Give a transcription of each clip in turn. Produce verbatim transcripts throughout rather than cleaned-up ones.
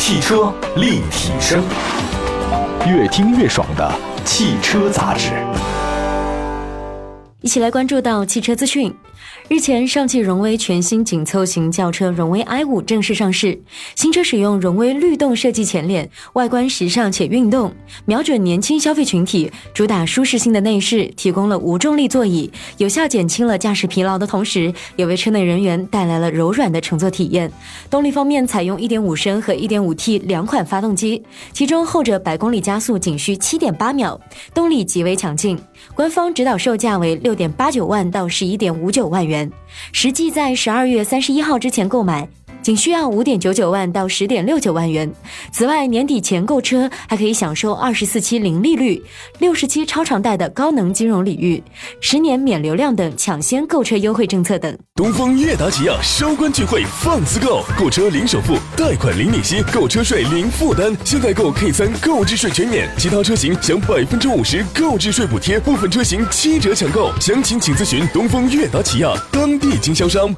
汽车立体声，越听越爽的汽车杂志。 一起来关注到汽车资讯。日前，上汽荣威全新紧凑型轿车荣威 i 五 正式上市。新车使用荣威律动设计前脸，外观时尚且运动，瞄准年轻消费群体，主打舒适性的内饰，提供了无重力座椅，有效减轻了驾驶疲劳的同时，也为车内人员带来了柔软的乘坐体验。动力方面，采用 一点五升和 一点五 T 两款发动机，其中后者百公里加速仅需 七点八秒，动力极为强劲。官方指导售价为 六点八九万到 十一点五九万元，实际在十二月三十一号之前购买，仅需要 五点九九万到 十点六九万元。此外，年底前购车还可以享受二十四期零利率、六十期超长贷的高能金融礼遇、十年免流量等抢先购车优惠政策等。 东风悦达起亚收官聚会放肆购，购车零首付，贷款零利息，购车税零负担。现在购 K 三 购置税全免，其他车型享百分之五十购置税补贴，部分车型七折抢购。详情请咨询东风悦达起亚当地经销商。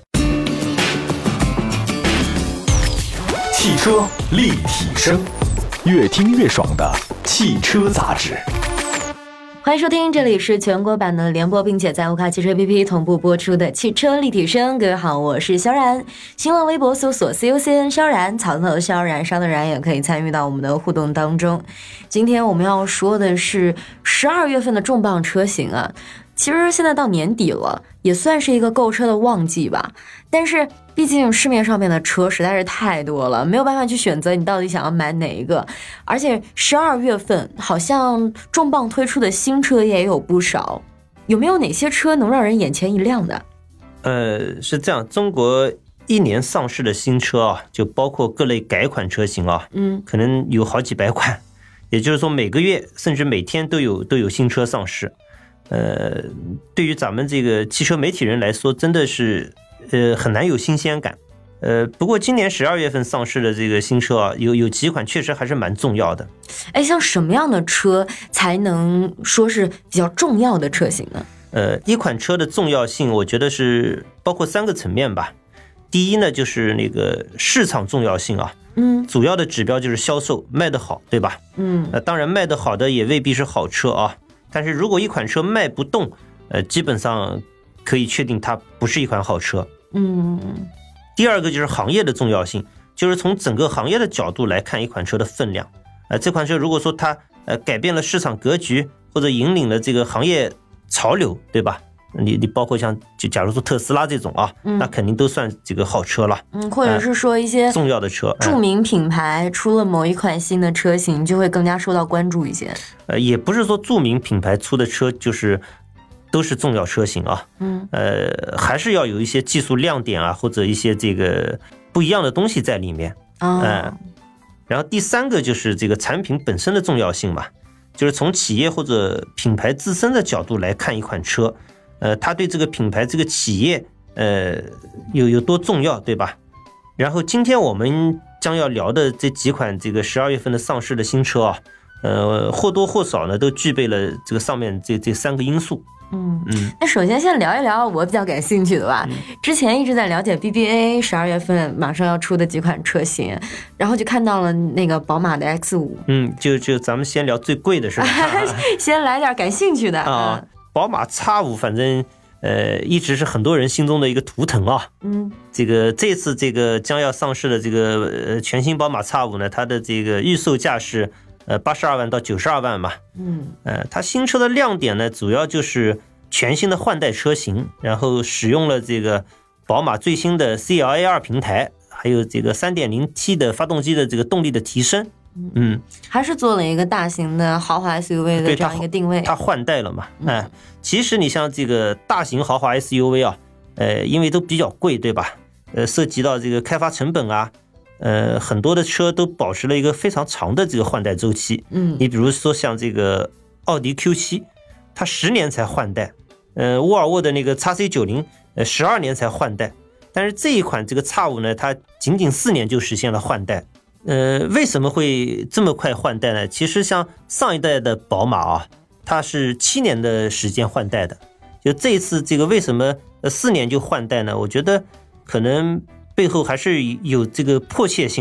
汽车立体声，越听越爽的汽车杂志。 欢迎收听，这里是全国版的联播，并且在欧卡汽车 A P P 同步播出的汽车立体声。各位好，我是萧然。新浪微博搜索 C U C N 萧然，草字头萧然烧的然，也可以参与到我们的互动当中。今天我们要说的是十二月份的重磅车型啊。其实现在到年底了，也算是一个购车的旺季吧。但是毕竟市面上面的车实在是太多了，没有办法去选择你到底想要买哪一个。而且十二月份好像重磅推出的新车也有不少，有没有哪些车能让人眼前一亮的？ 呃，是这样，中国一年上市的新车啊，就包括各类改款车型啊，嗯，可能有好几百款，也就是说每个月甚至每天都有都有新车上市。呃，对于咱们这个汽车媒体人来说，真的是呃很难有新鲜感。呃，不过今年十二月份上市的这个新车啊，有有几款确实还是蛮重要的。 哎，像什么样的车才能说是比较重要的车型呢？ 呃，一款车的重要性，我觉得是包括三个层面吧。第一呢，就是那个市场重要性啊，嗯，主要的指标就是销售卖得好，对吧？嗯，呃，当然卖得好的也未必是好车啊。但是如果一款车卖不动，呃，基本上可以确定它不是一款好车。嗯。第二个就是行业的重要性，就是从整个行业的角度来看一款车的分量。呃，这款车如果说它呃改变了市场格局，或者引领了这个行业潮流，对吧？你你包括像就假如说特斯拉这种啊，嗯、那肯定都算这个好车了。 嗯，或者是说一些、呃、 重要的车， 著名品牌出了某一款新的车型，就会更加受到关注一些。 呃，也不是说著名品牌出的车就是都是重要车型啊。嗯，呃，还是要有一些技术亮点啊，或者一些这个不一样的东西在里面。嗯、哦呃，然后第三个就是这个产品本身的重要性嘛，就是从企业或者品牌自身的角度来看一款车。呃，它对这个品牌、这个企业，呃，有有多重要，对吧？然后今天我们将要聊的这几款这个十二月份的上市的新车啊，呃，或多或少呢都具备了这个上面这这三个因素。 嗯嗯，那首先先聊一聊我比较感兴趣的吧。嗯、之前一直在了解 B B A 十二月份马上要出的几款车型，然后就看到了那个宝马的 X 五。 嗯，就就咱们先聊最贵的是吧？ 先来点感兴趣的啊。嗯，宝马 X 五 反正呃一直是很多人心中的一个图腾啊。嗯，这个这次这个将要上市的这个呃全新宝马 X 五 呢，它的这个预售价是呃八十二万到九十二万嘛。嗯，呃它新车的亮点呢，主要就是全新的换代车型，然后使用了这个宝马最新的 C L A 二 平台，还有这个 三点零 T 的发动机的这个动力的提升。 嗯，还是做了一个大型的豪华 S U V 的这样一个定位， 它换代了嘛。哎、嗯，其实你像这个大型豪华 S U V 啊，呃，因为都比较贵，对吧？呃，涉及到这个开发成本啊，呃，很多的车都保持了一个非常长的这个换代周期。嗯，你比如说像这个奥迪 Q 七， 它十年才换代，呃，沃尔沃的那个 X C 九十， 呃，十二年才换代，但是这一款这个 X 五 呢，它仅仅四年就实现了换代。呃，为什么会这么快换代呢？其实像上一代的宝马啊，它是七年的时间换代的。就这一次这个为什么呃四年就换代呢？我觉得可能背后还是有这个迫切性的。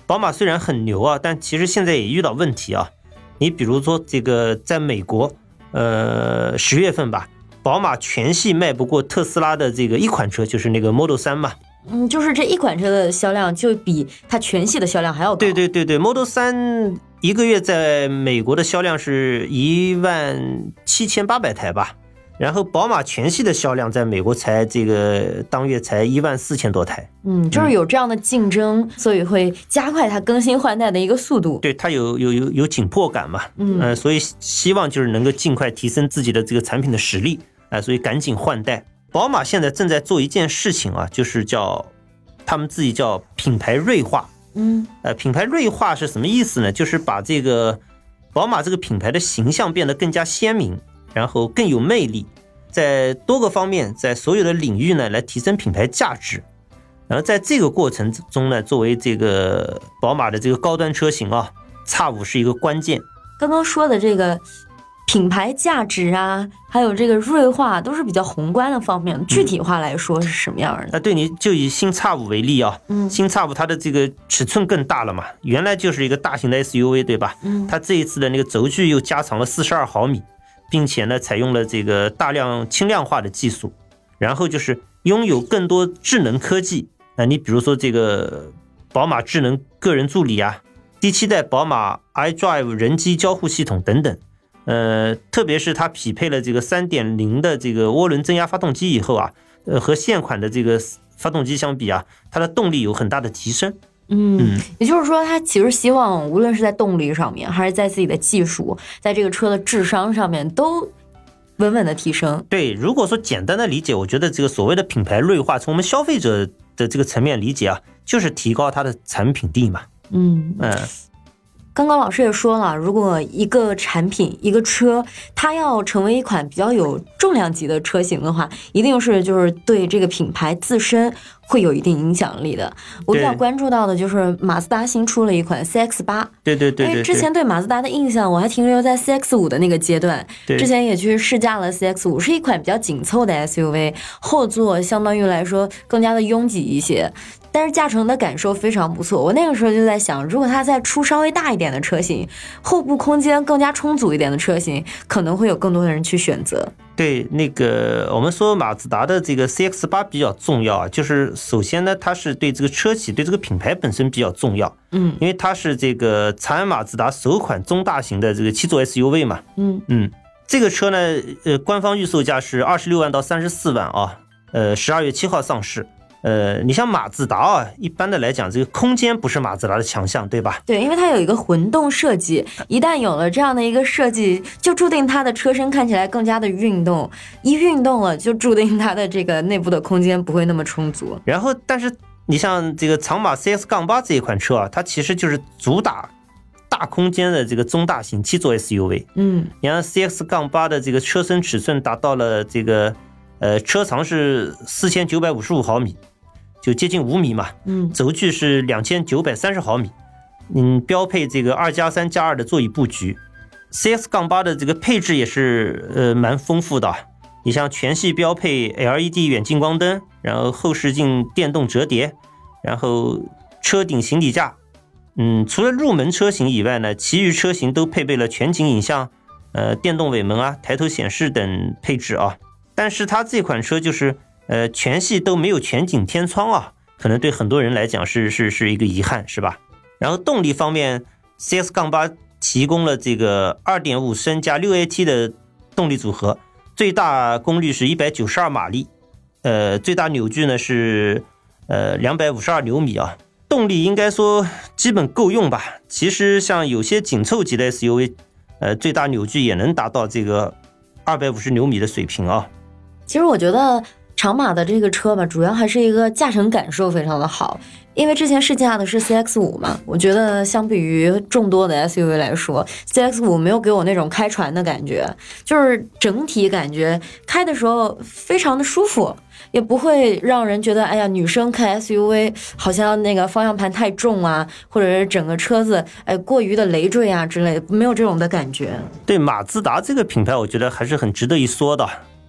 宝马虽然很牛啊，但其实现在也遇到问题啊。你比如说这个在美国，呃，十月份吧，宝马全系卖不过特斯拉的这个一款车，就是那个 Model 三嘛。 嗯，就是这一款车的销量就比它全系的销量还要高。 对对对对 ，Model 三一个月在美国的销量是一万七千八百台吧，然后宝马全系的销量在美国才这个当月才一万四千多台。 嗯，就是有这样的竞争，嗯、所以会加快它更新换代的一个速度。 对，它有有有有紧迫感嘛，嗯、呃，所以希望就是能够尽快提升自己的这个产品的实力啊、呃，所以赶紧换代。宝马现在正在做一件事情啊，就是叫他们自己叫品牌锐化。 嗯， 呃，品牌锐化是什么意思呢？就是把这个宝马这个品牌的形象变得更加鲜明，然后更有魅力，在多个方面，在所有的领域呢来提升品牌价值。然后在这个过程中呢，作为这个宝马的这个高端车型啊 ，X 五 是一个关键。 刚刚说的这个品牌价值啊，还有这个锐化，都是比较宏观的方面。具体化来说是什么样的？ 那、嗯、对，你就以新 X 五 为例啊， 嗯， 新 X 五 它的这个尺寸更大了嘛，原来就是一个大型的 S U V， 对吧？ 嗯， 它这一次的那个轴距又加长了四十二毫米，并且呢，采用了这个大量轻量化的技术，然后就是拥有更多智能科技。那你比如说这个宝马智能个人助理啊，第七代宝马 iDrive 人机交互系统等等。呃，特别是它匹配了这个 三点零 的这个涡轮增压发动机以后啊，呃，和现款的这个发动机相比啊，它的动力有很大的提升。 嗯，嗯也就是说，它其实希望无论是在动力上面，还是在自己的技术，在这个车的智商上面，都稳稳的提升。 对，如果说简单的理解，我觉得这个所谓的品牌锐化，从我们消费者的这个层面理解啊，就是提高它的产品力嘛。 嗯嗯。 刚刚老师也说了，如果一个产品一个车它要成为一款比较有重量级的车型的话，一定是就是对这个品牌自身会有一定影响力的。我比较关注到的就是马自达新出了一款 C X 八。 对对对 对, 对， 之前对马自达的印象我还停留在 C X 五 的那个阶段，之前也去试驾了 C X 五， 是一款比较紧凑的 S U V， 后座相当于来说更加的拥挤一些，但是驾乘的感受非常不错。我那个时候就在想，如果它再出稍微大一点的车型，后部空间更加充足一点的车型，可能会有更多的人去选择。 对，那个我们说马自达的这个 C X 八 比较重要啊，就是首先呢，它是对这个车企对这个品牌本身比较重要， 嗯， 因为它是这个长安马自达首款中大型的这个七座 S U V 嘛， 嗯嗯，这个车呢，呃，官方预售价是二十六万到三十四万啊，呃，十二月七号上市。呃，你像马自达啊，一般的来讲，这个空间不是马自达的强项，对吧？ 对，因为它有一个混动设计，一旦有了这样的一个设计，就注定它的车身看起来更加的运动，一运动了，就注定它的这个内部的空间不会那么充足。 然后，但是你像这个长马 C X 八 这一款车啊，它其实就是主打大空间的这个中大型七座 S U V。 嗯， 你看 C X 八 的这个车身尺寸达到了这个呃车长是四千九百五十五毫米。就接近五米嘛， 嗯， 轴距是两千九百三十毫米，嗯，标配这个二加三加二的座椅布局 ，C X 八 的这个配置也是呃蛮丰富的，你像全系标配 L E D 远近光灯，然后后视镜电动折叠，然后车顶行李架，嗯，除了入门车型以外呢，其余车型都配备了全景影像、呃电动尾门啊、抬头显示等配置啊，但是它这款车就是呃，全系都没有全景天窗啊，可能对很多人来讲是是是一个遗憾，是吧？然后动力方面 ，C X 八 提供了这个 二点五升加 六 A T 的动力组合，最大功率是一百九十二马力，呃，最大扭矩呢是呃两百五十二牛米啊，动力应该说基本够用吧。其实像有些紧凑级的 S U V， 呃，最大扭矩也能达到这个二百五十牛米的水平啊。 其实我觉得长马的这个车吧，主要还是一个驾乘感受非常的好，因为之前试驾的是 C X 五 嘛，我觉得相比于众多的 S U V 来说 ，C X 五 没有给我那种开船的感觉，就是整体感觉开的时候非常的舒服，也不会让人觉得哎呀女生开 S U V 好像那个方向盘太重啊，或者是整个车子哎过于的累赘啊之类的，没有这种的感觉。 对马自达这个品牌，我觉得还是很值得一说的。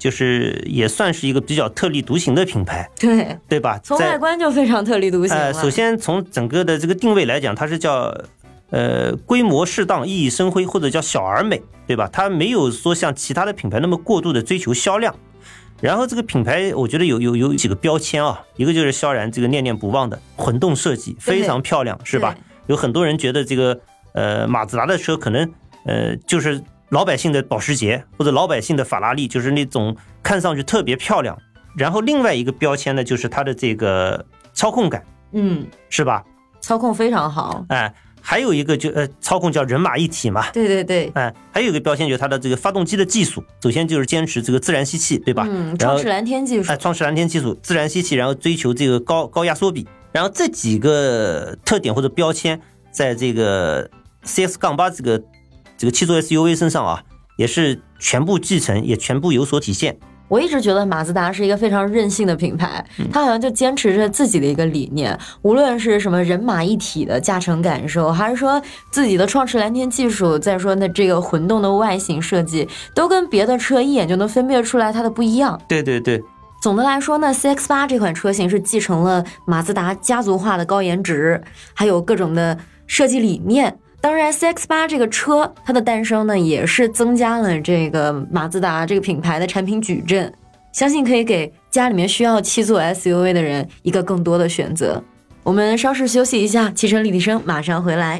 就是也算是一个比较特立独行的品牌， 对对吧？ 从外观就非常特立独行了。 呃，首先从整个的这个定位来讲，它是叫呃规模适当、熠熠生辉，或者叫小而美，对吧？它没有说像其他的品牌那么过度的追求销量。然后这个品牌我觉得有有有几个标签啊，一个就是萧然这个念念不忘的混动设计，非常漂亮，是吧？有很多人觉得这个呃马自达的车可能呃就是老百姓的保时捷或者老百姓的法拉利，就是那种看上去特别漂亮。然后另外一个标签呢，就是它的这个操控感， 嗯， 是吧？ 操控非常好， 哎。还有一个就呃操控叫人马一体嘛， 对对对， 哎，还有一个标签就是它的这个发动机的技术，首先就是坚持这个自然吸气，对吧？ 嗯，创世蓝天技术， 哎，创世蓝天技术，自然吸气，然后追求这个高高压缩比，然后这几个特点或者标签，在这个 C X 八 这个这个七座 S U V 身上啊，也是全部继承，也全部有所体现。 我一直觉得马自达是一个非常任性的品牌，它好像就坚持着自己的一个理念，无论是什么人马一体的驾乘感受，还是说自己的创世蓝天技术，再说那这个混动的外形设计，都跟别的车一眼就能分辨出来它的不一样。 对对对。 总的来说呢 C X 八 这款车型是继承了马自达家族化的高颜值，还有各种的设计理念。当然 C X 八 这个车它的诞生呢，也是增加了这个马自达这个品牌的产品矩阵，相信可以给家里面需要七座 S U V 的人一个更多的选择。我们稍事休息一下，汽车立体声马上回来。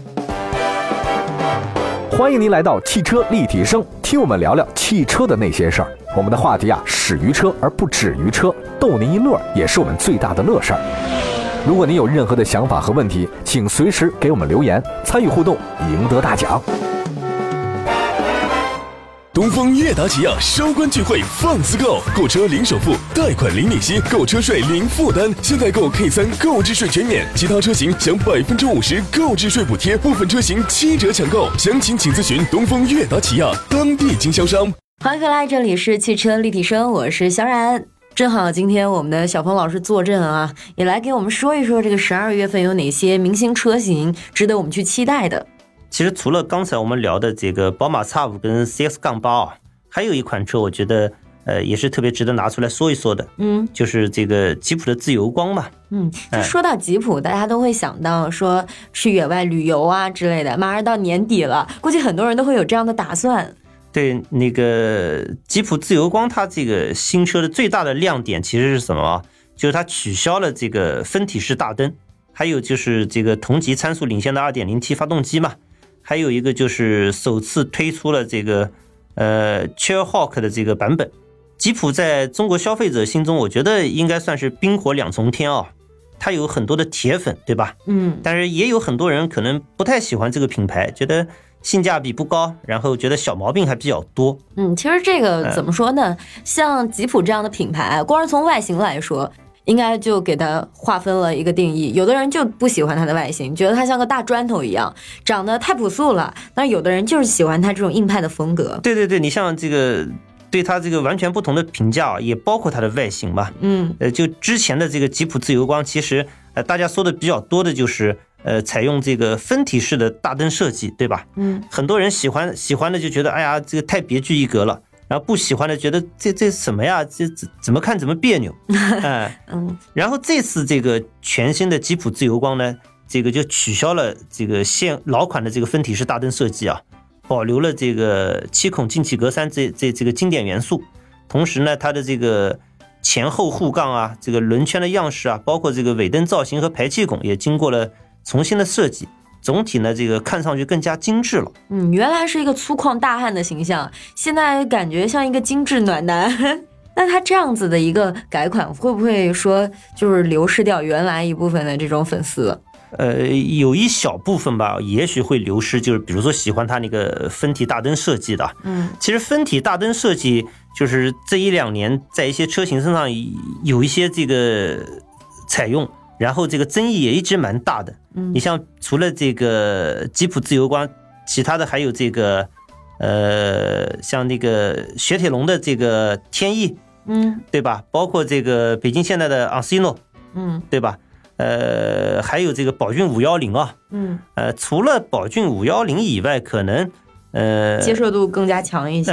欢迎您来到汽车立体声，听我们聊聊汽车的那些事儿。我们的话题啊，始于车而不止于车，逗您一乐也是我们最大的乐事儿。如果您有任何的想法和问题，请随时给我们留言，参与互动，赢得大奖。 东风悦达起亚收官聚会放肆购，购车零首付，贷款零利息，购车税零负担。现在购 K 三 购置税全免，其他车型享百分之五十购置税补贴，部分车型七折抢购。详情请咨询东风悦达起亚当地经销商。 欢迎回来，这里是汽车立体声，我是小冉。正好今天我们的小鹏老师坐镇啊，也来给我们说一说这个十二月份有哪些明星车型值得我们去期待的。 其实除了刚才我们聊的这个宝马 X 五 跟 C X 八 啊，还有一款车我觉得呃也是特别值得拿出来说一说的，嗯，就是这个吉普的自由光嘛。 嗯，就说到吉普，大家都会想到说去野外旅游啊之类的，马上到年底了，估计很多人都会有这样的打算。 对，那个吉普自由光它这个新车的最大的亮点其实是什么？就是它取消了这个分体式大灯，还有就是这个同级参数领先的 二点零 T 发动机嘛，还有一个就是首次推出了这个呃 Trailhawk 的这个版本。吉普在中国消费者心中，我觉得应该算是冰火两重天啊，它有很多的铁粉，对吧？嗯，但是也有很多人可能不太喜欢这个品牌，觉得性价比不高，然后觉得小毛病还比较多。 嗯，其实这个怎么说呢？嗯、像吉普这样的品牌，光是从外形来说，应该就给它划分了一个定义。有的人就不喜欢它的外形，觉得它像个大砖头一样，长得太朴素了。那有的人就是喜欢它这种硬派的风格。 对对对，你像这个对它这个完全不同的评价，也包括它的外形嘛。嗯，呃，就之前的这个吉普自由光，其实呃大家说的比较多的就是。呃，采用这个分体式的大灯设计，对吧？嗯，很多人喜欢喜欢的就觉得，哎呀，这个太别具一格了。然后不喜欢的觉得这这什么呀？这怎么看怎么别扭。哎，嗯。然后这次这个全新的吉普自由光呢，这个就取消了这个现老款的这个分体式大灯设计啊，保留了这个七孔进气格栅这这这个经典元素。同时呢，它的这个前后护杠啊，这个轮圈的样式啊，包括这个尾灯造型和排气孔也经过了重新的设计，总体呢这个看上去更加精致了。 嗯，原来是一个粗犷大汉的形象，现在感觉像一个精致暖男。那他这样子的一个改款，会不会说就是流失掉原来一部分的这种粉丝？ 呃，有一小部分吧，也许会流失，就是比如说喜欢他那个分体大灯设计的。嗯，其实分体大灯设计就是这一两年在一些车型身上有一些这个采用。然后这个争议也一直蛮大的，嗯，你像除了这个吉普自由光，其他的还有这个，呃，像那个雪铁龙的这个天翼，嗯，对吧？包括这个北京现代的昂希诺，嗯，对吧？呃，还有这个宝骏五一零啊，嗯，呃，除了宝骏五一零以外，可能呃接受度更加强一些。呃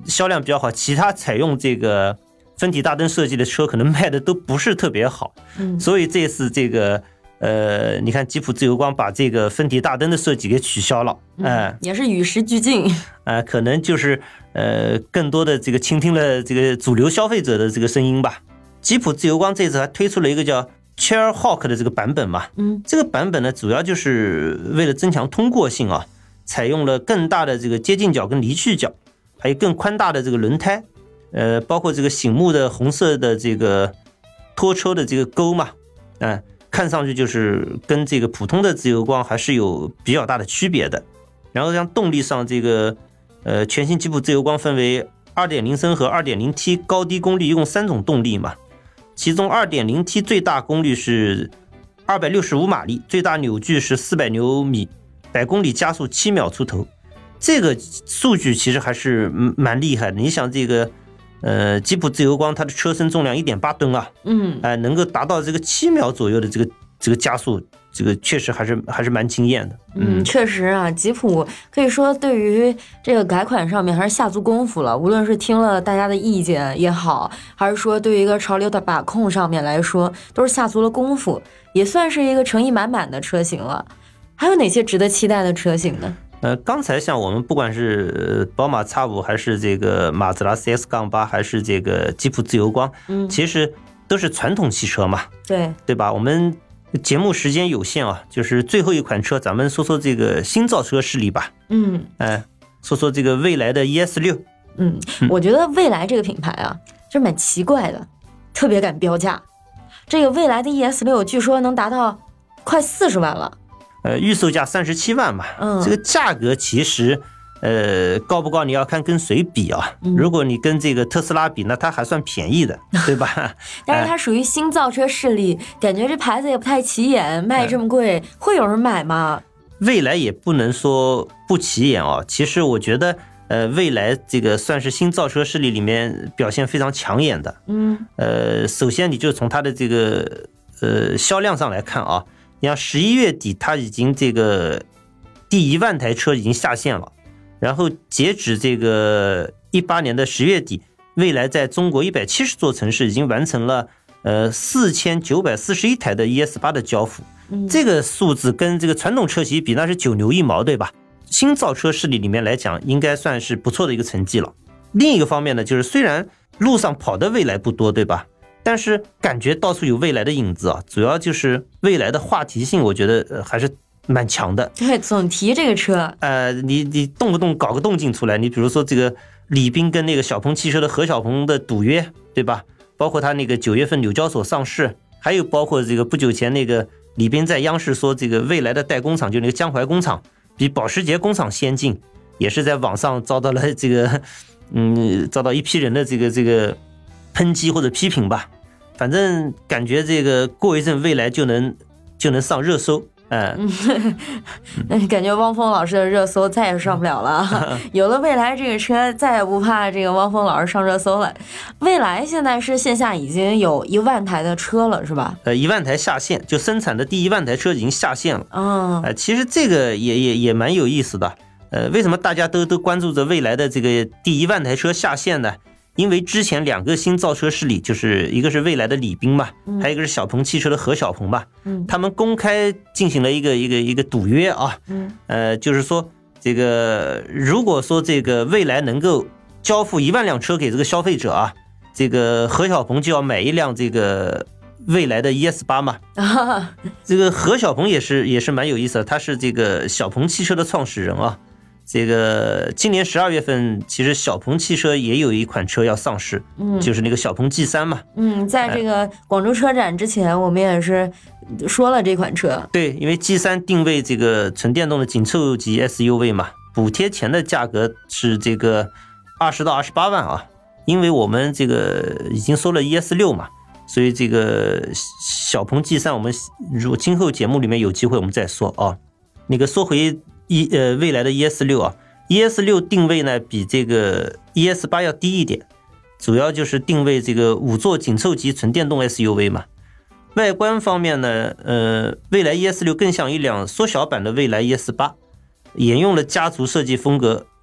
销量比较好，其他采用这个分体大灯设计的车可能卖的都不是特别好。嗯，所以这次这个呃，你看吉普自由光把这个分体大灯的设计给取消了， 嗯，呃、也是与时俱进。 啊、呃，可能就是呃，更多的这个倾听了这个主流消费者的这个声音吧。吉普自由光这次还推出了一个叫 Trailhawk 的这个版本嘛，嗯，这个版本呢，主要就是为了增强通过性啊，采用了更大的这个接近角跟离去角，还有更宽大的这个轮胎，呃，包括这个醒目的红色的这个拖车的这个钩嘛，啊、呃，看上去就是跟这个普通的自由光还是有比较大的区别的。然后像动力上，这个呃全新吉普自由光分为 二点零 升和 二点零 T 高低功率一共三种动力嘛。其中 二点零 T 最大功率是二百六十五马力，最大扭矩是四百牛米，百公里加速七秒出头。这个数据其实还是蛮厉害的。你想这个呃吉普自由光它的车身重量 一点八吨啊，嗯，哎、呃、能够达到这个七秒左右的这个这个加速，这个确实还是还是蛮惊艳的。 嗯，确实啊，吉普可以说对于这个改款上面还是下足功夫了。无论是听了大家的意见也好，还是说对于一个潮流的把控上面来说，都是下足了功夫，也算是一个诚意满满的车型了。还有哪些值得期待的车型呢？ 呃，刚才像我们不管是宝马 X 五 还是这个马自达 C X 八 还是这个吉普自由光，嗯，其实都是传统汽车嘛， 对对吧？我们节目时间有限啊，就是最后一款车，咱们说说这个新造车势力吧。嗯，哎，说说这个蔚来的 E S 六。 嗯，我觉得蔚来这个品牌啊，就蛮奇怪的，特别敢标价。这个蔚来的 E S 六 据说能达到快四十万了。 呃，预售价三十七万嘛，嗯，这个价格其实，呃，高不高你要看跟谁比啊。嗯、如果你跟这个特斯拉比，那它还算便宜的，对吧？ 但是它属于新造车势力，感觉这牌子也不太起眼，卖这么贵，嗯、会有人买吗？ 蔚来也不能说不起眼哦。其实我觉得，呃，蔚来这个算是新造车势力里面表现非常抢眼的。嗯，呃，首先你就从它的这个呃销量上来看啊。你像十一月底，它已经这个第一万台车已经下线了，然后截止这个一八年的十月底，蔚来在中国一百七十座城市已经完成了呃四千九百四十一台的 E S 八 的交付，嗯、这个数字跟这个传统车企比，那是九牛一毛，对吧？新造车势力里面来讲，应该算是不错的一个成绩了。另一个方面呢，就是虽然路上跑的蔚来不多，对吧？但是感觉到处有蔚来的影子啊，主要就是蔚来的话题性，我觉得、呃、还是蛮强的。 对，总提这个车， 呃，你你动不动搞个动静出来，你比如说这个李斌跟那个小鹏汽车的何小鹏的赌约，对吧？包括他那个九月份纽交所上市，还有包括这个不久前那个李斌在央视说这个蔚来的代工厂，就那个江淮工厂比保时捷工厂先进，也是在网上遭到了这个嗯遭到一批人的这个这个抨击或者批评吧。反正感觉这个过一阵蔚来就能就能上热搜，嗯， 感觉汪峰老师的热搜再也上不了了。有了蔚来这个车，再也不怕这个汪峰老师上热搜了。蔚来现在是线下已经有一万台的车了，是吧？ 呃，一万台下线，就生产的第一万台车已经下线了。嗯，呃，其实这个也也也蛮有意思的。呃，为什么大家都都关注着蔚来的这个第一万台车下线呢？因为之前两个新造车势力，就是一个是蔚来的李斌嘛，嗯、还有一个是小鹏汽车的何小鹏嘛，嗯、他们公开进行了一个一个一个赌约啊，嗯、呃，就是说这个如果说这个蔚来能够交付一万辆车给这个消费者啊，这个何小鹏就要买一辆这个蔚来的 E S 八 嘛，啊、这个何小鹏也是也是蛮有意思的，他是这个小鹏汽车的创始人啊。这个今年十二月份，其实小鹏汽车也有一款车要上市，嗯，就是那个小鹏 G 三 嘛。 嗯，在这个广州车展之前，我们也是说了这款车。 对，因为 G 三 定位这个纯电动的紧凑级 S U V 嘛，补贴前的价格是这个二十到二十八万啊。因为我们这个已经说了 E S 六 嘛，所以这个小鹏 G 三 我们如果今后节目里面有机会我们再说啊。那个说回。一呃，蔚来的 E S 六 啊 ，E S 六 定位呢比这个 E S 八 要低一点，主要就是定位这个五座紧凑级纯电动 S U V 嘛。外观方面呢，呃，蔚来 E S 六 更像一辆缩小版的蔚来 E S 八，沿用了家族设计风格，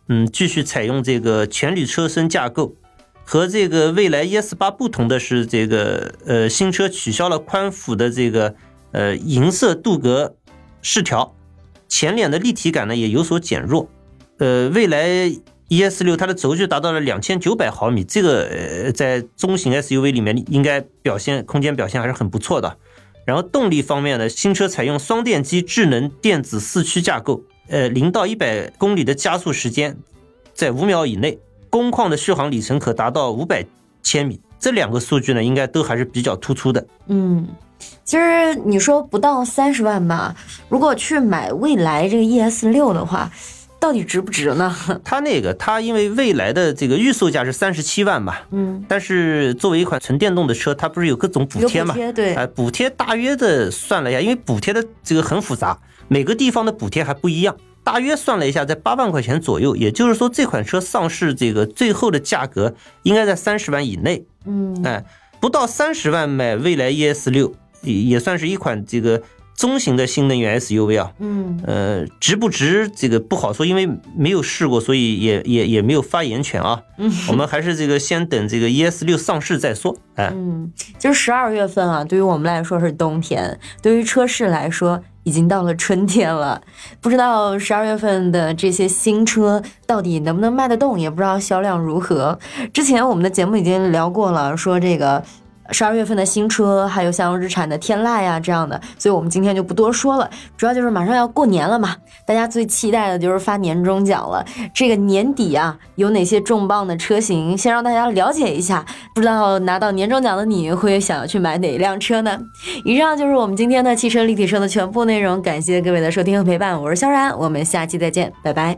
嗯，继续采用这个全铝车身架构。和这个蔚来 E S 八不同的是，这个呃新车取消了宽幅的这个呃银色镀铬饰条，前脸的立体感呢也有所减弱。呃，蔚来 E S 六 它的轴距达到了两千九百毫米，这个呃在中型 S U V 里面应该表现空间表现还是很不错的。然后动力方面呢，新车采用双电机智能电子四驱架构，呃零到一百公里的加速时间在五秒以内。工况的续航里程可达到五百千米，这两个数据呢，应该都还是比较突出的。 嗯，其实你说不到三十万吧，如果去买蔚来这个 E S 六 的话，到底值不值呢？ 它那个，它因为蔚来的这个预售价是三十七万吧，嗯，但是作为一款纯电动的车，它不是有各种补贴嘛？ 补贴对， 啊、呃，补贴大约的算了一下，因为补贴的这个很复杂，每个地方的补贴还不一样。大约算了一下，在八万块钱左右，也就是说这款车上市这个最后的价格应该在三十万以内。嗯，哎，不到三十万买蔚来 E S 六 也算是一款这个中型的新能源 S U V 啊。嗯，呃，值不值这个不好说，因为没有试过，所以也也也没有发言权啊。嗯，我们还是这个先等这个 E S 六 上市再说。哎， 嗯，就是十二月份啊，对于我们来说是冬天，对于车市来说已经到了春天了，不知道十二月份的这些新车到底能不能卖得动，也不知道销量如何。之前我们的节目已经聊过了，说这个十二月份的新车，还有像日产的天籁呀这样的，所以我们今天就不多说了。主要就是马上要过年了嘛，大家最期待的就是发年终奖了。这个年底啊，有哪些重磅的车型，先让大家了解一下。不知道拿到年终奖的你会想要去买哪一辆车呢？以上就是我们今天的汽车立体声的全部内容，感谢各位的收听和陪伴，我是萧然，我们下期再见，拜拜。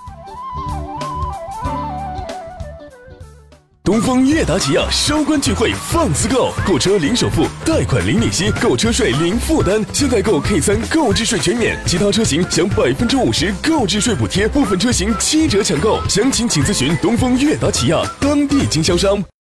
东风悦达起亚收官聚会放肆购，购车零首付，贷款零利息，购车税零负担。现在购 K 三 购置税全免，其他车型享百分之五十购置税补贴，部分车型七折抢购。详情请咨询东风悦达起亚当地经销商。